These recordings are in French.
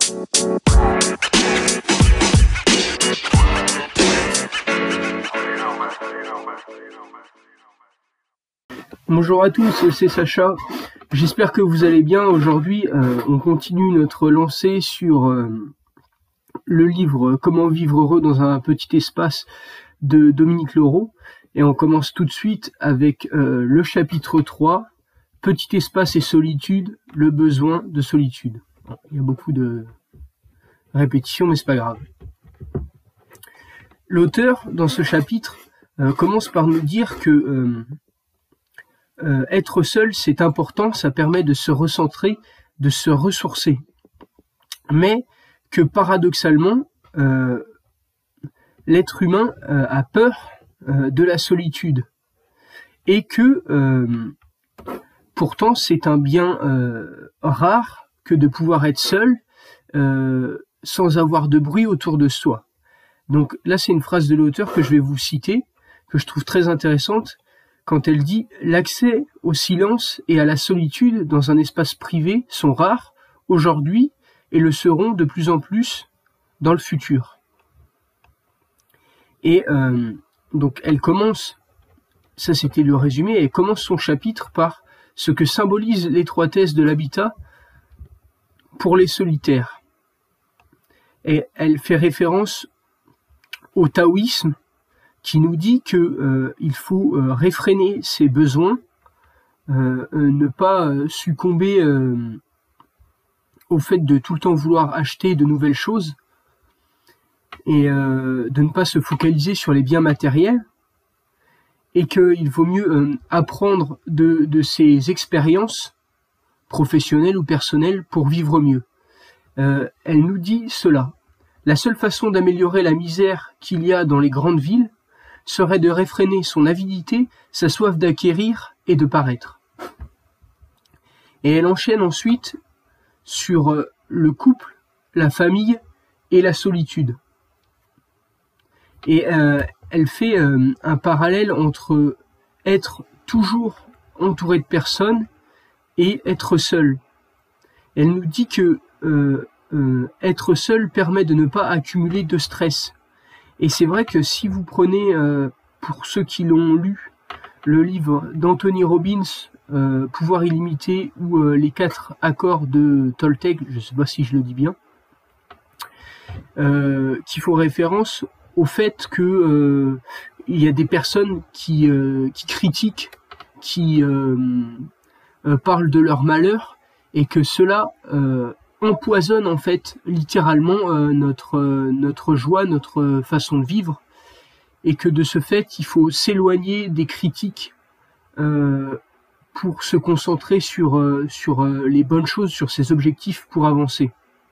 Bonjour à tous, c'est Sacha. J'espère que vous allez bien. Aujourd'hui, on continue notre lancée sur le livre Comment vivre heureux dans un petit espace de Dominique Leroux. Et on commence tout de suite avec le chapitre 3, Petit espace et solitude, le besoin de solitude. Il y a beaucoup de répétitions, mais c'est pas grave. L'auteur, dans ce chapitre, commence par nous dire que être seul, c'est important, ça permet de se recentrer, de se ressourcer. Mais que paradoxalement, l'être humain a peur de la solitude. Et que pourtant, c'est un bien rare que de pouvoir être seul sans avoir de bruit autour de soi. Donc là, c'est une phrase de l'auteur que je vais vous citer, que je trouve très intéressante, quand elle dit « L'accès au silence et à la solitude dans un espace privé sont rares aujourd'hui et le seront de plus en plus dans le futur. » Et donc elle commence, ça c'était le résumé, elle commence son chapitre par ce que symbolise l'étroitesse de l'habitat pour les solitaires. Et elle fait référence au taoïsme, qui nous dit que il faut réfréner ses besoins, ne pas succomber au fait de tout le temps vouloir acheter de nouvelles choses et de ne pas se focaliser sur les biens matériels, et qu'il vaut mieux apprendre de ses expériences professionnelles ou personnelles pour vivre mieux. Elle nous dit cela. La seule façon d'améliorer la misère qu'il y a dans les grandes villes serait de réfréner son avidité, sa soif d'acquérir et de paraître. Et elle enchaîne ensuite sur le couple, la famille et la solitude. Et elle fait un parallèle entre être toujours entouré de personnes et être seul. Elle nous dit que être seul permet de ne pas accumuler de stress. Et c'est vrai que si vous prenez, pour ceux qui l'ont lu, le livre d'Anthony Robbins, Pouvoir illimité, ou les 4 accords de Toltec, je ne sais pas si je le dis bien, qui font référence au fait que il y a des personnes qui critiquent, qui parlent de leur malheur, et que cela empoisonne en fait littéralement notre joie, notre façon de vivre, et que de ce fait il faut s'éloigner des critiques pour se concentrer sur les bonnes choses, sur ses objectifs pour avancer.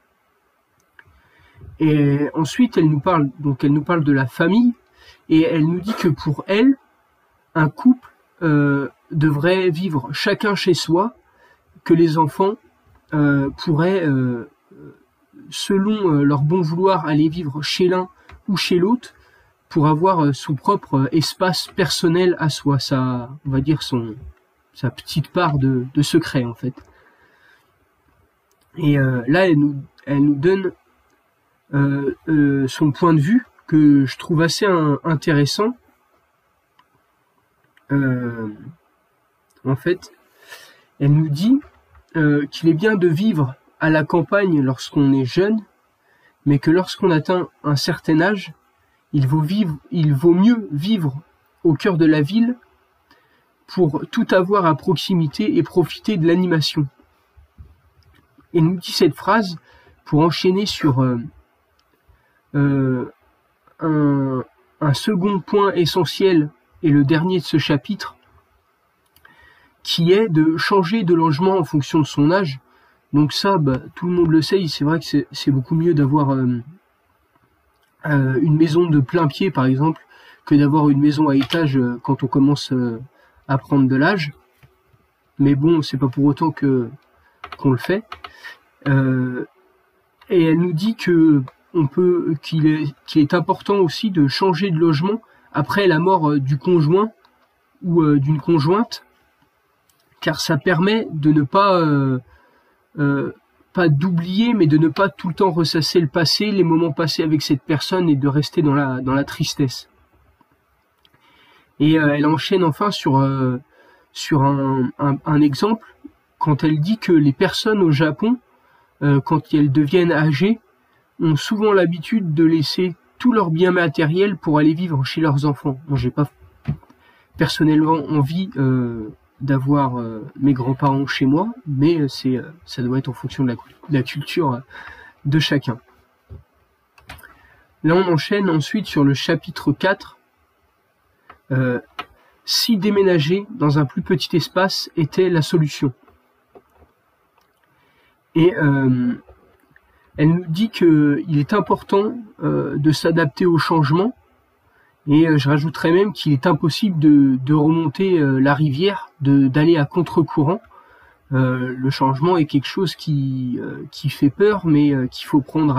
Et ensuite elle nous parle de la famille, et elle nous dit que pour elle, un couple devrait vivre chacun chez soi, que les enfants pourraient, selon leur bon vouloir, aller vivre chez l'un ou chez l'autre pour avoir son propre espace personnel à soi, on va dire sa petite part de secret en fait. Et là, elle nous donne son point de vue que je trouve assez intéressant. En fait, elle nous dit qu'il est bien de vivre à la campagne lorsqu'on est jeune, mais que lorsqu'on atteint un certain âge, il vaut mieux vivre au cœur de la ville pour tout avoir à proximité et profiter de l'animation. Elle nous dit cette phrase pour enchaîner sur un second point essentiel et le dernier de ce chapitre, qui est de changer de logement en fonction de son âge. Donc ça, tout le monde le sait, c'est vrai que c'est beaucoup mieux d'avoir une maison de plein pied, par exemple, que d'avoir une maison à étage quand on commence à prendre de l'âge. Mais bon, c'est pas pour autant qu'on le fait. Et elle nous dit qu'il est important aussi de changer de logement après la mort du conjoint ou d'une conjointe, car ça permet de ne pas pas d'oublier, mais de ne pas tout le temps ressasser le passé, les moments passés avec cette personne et de rester dans la tristesse. Et elle enchaîne enfin sur un exemple quand elle dit que les personnes au Japon, quand elles deviennent âgées, ont souvent l'habitude de laisser tous leurs biens matériels pour aller vivre chez leurs enfants. Moi, j'ai pas personnellement envie d'avoir mes grands-parents chez moi, mais ça doit être en fonction de la culture de chacun. Là, on enchaîne ensuite sur le chapitre 4. Si déménager dans un plus petit espace était la solution. Et elle nous dit qu'il est important de s'adapter au changement. Et je rajouterais même qu'il est impossible de remonter la rivière, d'aller à contre-courant. Le changement est quelque chose qui fait peur, mais qu'il faut prendre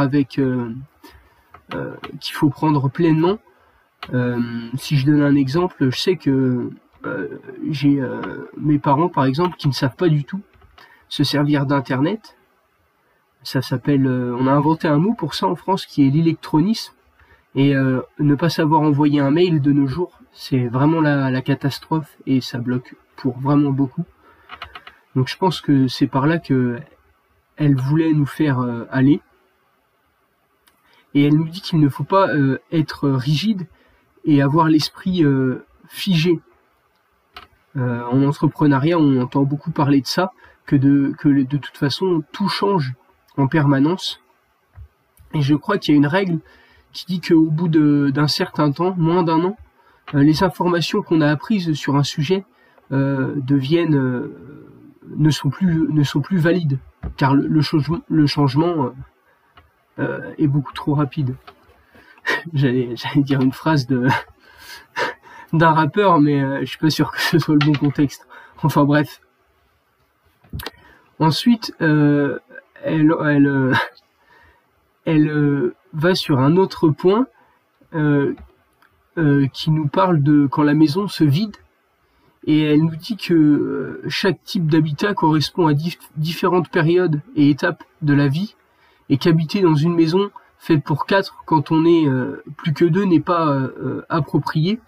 qu'il faut prendre pleinement. Si je donne un exemple, je sais que j'ai mes parents, par exemple, qui ne savent pas du tout se servir d'Internet. Ça s'appelle, on a inventé un mot pour ça en France qui est l'électronisme. Et ne pas savoir envoyer un mail de nos jours, c'est vraiment la catastrophe et ça bloque pour vraiment beaucoup. Donc je pense que c'est par là que elle voulait nous faire aller. Et elle nous dit qu'il ne faut pas être rigide et avoir l'esprit figé. En entrepreneuriat, on entend beaucoup parler de ça, que de toute façon tout change en permanence. Et je crois qu'il y a une règle qui dit qu'au bout d'un certain temps, moins d'un an, les informations qu'on a apprises sur un sujet ne sont plus valides, car le changement est beaucoup trop rapide. J'allais dire une phrase d'un rappeur, mais je suis pas sûr que ce soit le bon contexte. Enfin bref. Ensuite, elle va sur un autre point qui nous parle de quand la maison se vide, et elle nous dit que chaque type d'habitat correspond à différentes périodes et étapes de la vie, et qu'habiter dans une maison faite pour 4 quand on est plus que 2 n'est pas approprié.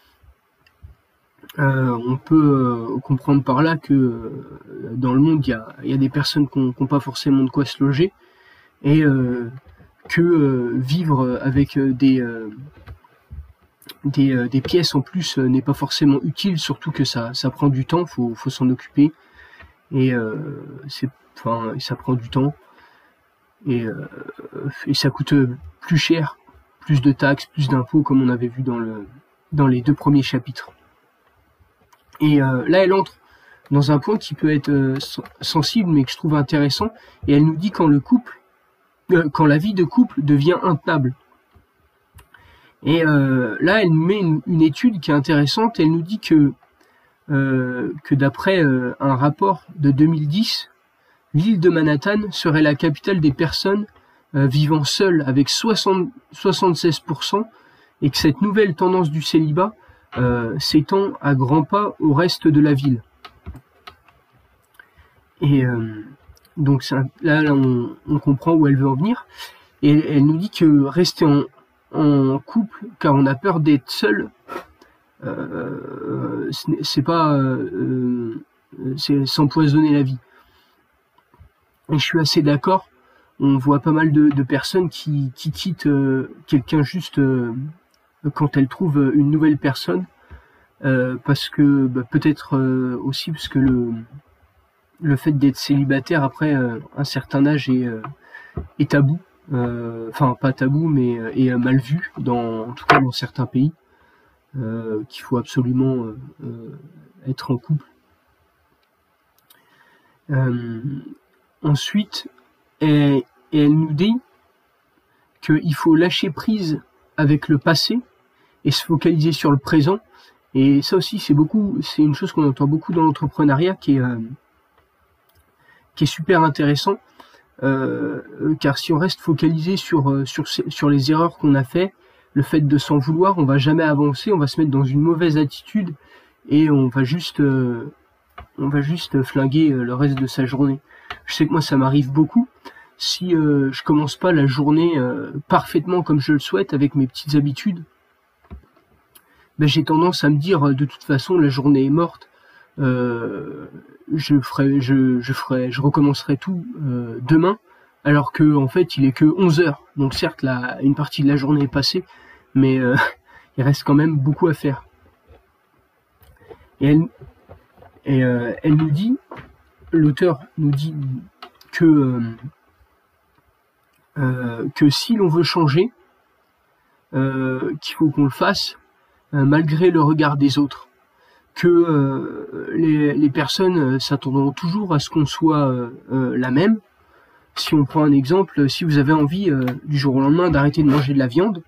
On peut comprendre par là que dans le monde il y a des personnes qui n'ont pas forcément de quoi se loger, et que vivre avec des pièces en plus n'est pas forcément utile, surtout que ça prend du temps, faut s'en occuper, et ça prend du temps, et ça coûte plus cher, plus de taxes, plus d'impôts, comme on avait vu dans les 2 premiers chapitres. Et là elle entre dans un point qui peut être sensible mais que je trouve intéressant, et elle nous dit quand la vie de couple devient intenable. Et là, elle nous met une étude qui est intéressante. Elle nous dit que d'après un rapport de 2010, l'île de Manhattan serait la capitale des personnes vivant seules, avec 76%, et que cette nouvelle tendance du célibat s'étend à grands pas au reste de la ville. Et donc là on comprend où elle veut en venir, et elle nous dit que rester en couple car on a peur d'être seul, c'est s'empoisonner la vie. Et je suis assez d'accord. On voit pas mal de personnes qui quittent quelqu'un juste quand elles trouvent une nouvelle personne, parce que peut-être aussi parce que le fait d'être célibataire après un certain âge est tabou, enfin pas tabou, mais est mal vu, en tout cas dans certains pays, qu'il faut absolument être en couple. Ensuite, elle nous dit qu'il faut lâcher prise avec le passé et se focaliser sur le présent. Et ça aussi, c'est une chose qu'on entend beaucoup dans l'entrepreneuriat, qui est super intéressant, car si on reste focalisé sur les erreurs qu'on a fait, le fait de s'en vouloir, on va jamais avancer, on va se mettre dans une mauvaise attitude et on va juste flinguer le reste de sa journée. Je sais que moi ça m'arrive beaucoup. Si je commence pas la journée parfaitement comme je le souhaite, avec mes petites habitudes, ben, j'ai tendance à me dire de toute façon la journée est morte. Je recommencerai tout demain, alors que en fait il est que 11 heures. Donc certes une partie de la journée est passée, mais il reste quand même beaucoup à faire. Et elle nous dit, l'auteur nous dit que si l'on veut changer, qu'il faut qu'on le fasse malgré le regard des autres, que les personnes s'attendront toujours à ce qu'on soit la même. Si on prend un exemple, si vous avez envie du jour au lendemain d'arrêter de manger de la viande,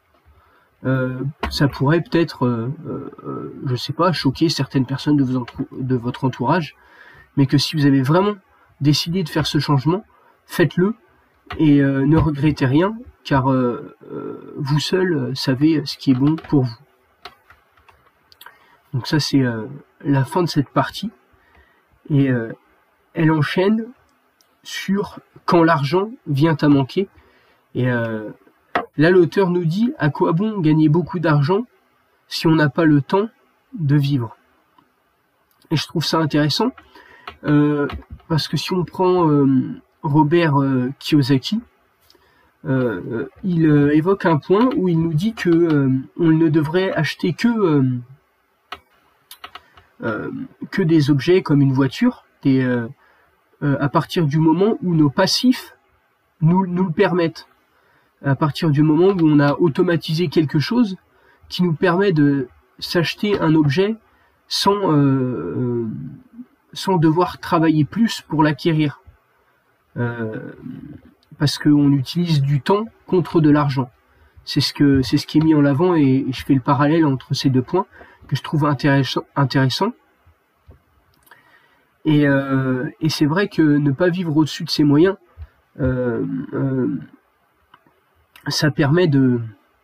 ça pourrait peut-être, je sais pas, choquer certaines personnes de votre entourage, mais que si vous avez vraiment décidé de faire ce changement, faites-le et ne regrettez rien, car vous seul savez ce qui est bon pour vous. Donc ça c'est la fin de cette partie, et elle enchaîne sur quand l'argent vient à manquer. Et là l'auteur nous dit: à quoi bon gagner beaucoup d'argent si on n'a pas le temps de vivre? Et je trouve ça intéressant parce que si on prend Robert Kiyosaki, il évoque un point où il nous dit que on ne devrait acheter que des objets comme une voiture, à partir du moment où nos passifs nous le permettent, à partir du moment où on a automatisé quelque chose qui nous permet de s'acheter un objet sans devoir travailler plus pour l'acquérir, parce qu'on utilise du temps contre de l'argent. C'est ce qui est mis en avant, et je fais le parallèle entre ces deux points que je trouve intéressant. Et c'est vrai que ne pas vivre au-dessus de ses moyens, ça permet de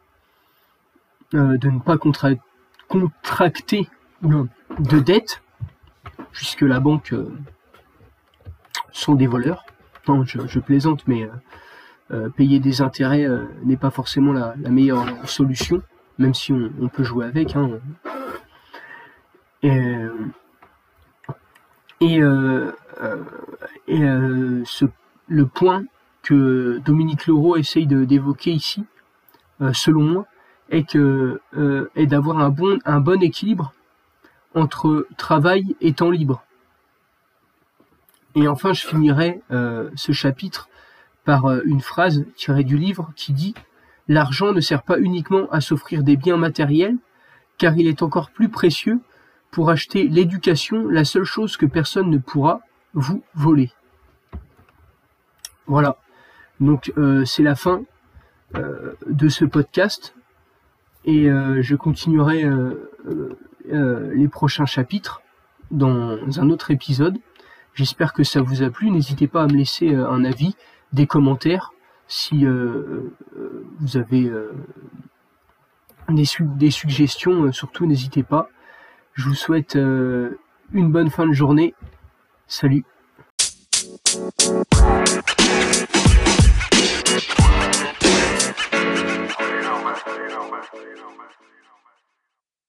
ne pas contracter de dettes, puisque la banque sont des voleurs. Non, je plaisante, mais payer des intérêts n'est pas forcément la meilleure solution, même si on peut jouer avec, hein. Le point que Dominique Leroux essaye d'évoquer ici, selon moi, est d'avoir un bon équilibre entre travail et temps libre. Et enfin, je finirai ce chapitre par une phrase tirée du livre qui dit: l'argent ne sert pas uniquement à s'offrir des biens matériels, car il est encore plus précieux pour acheter l'éducation, la seule chose que personne ne pourra vous voler. Voilà, donc c'est la fin de ce podcast, et je continuerai les prochains chapitres dans un autre épisode. J'espère que ça vous a plu. N'hésitez pas à me laisser un avis, des commentaires, si vous avez des suggestions, surtout n'hésitez pas. Je vous souhaite une bonne fin de journée. Salut.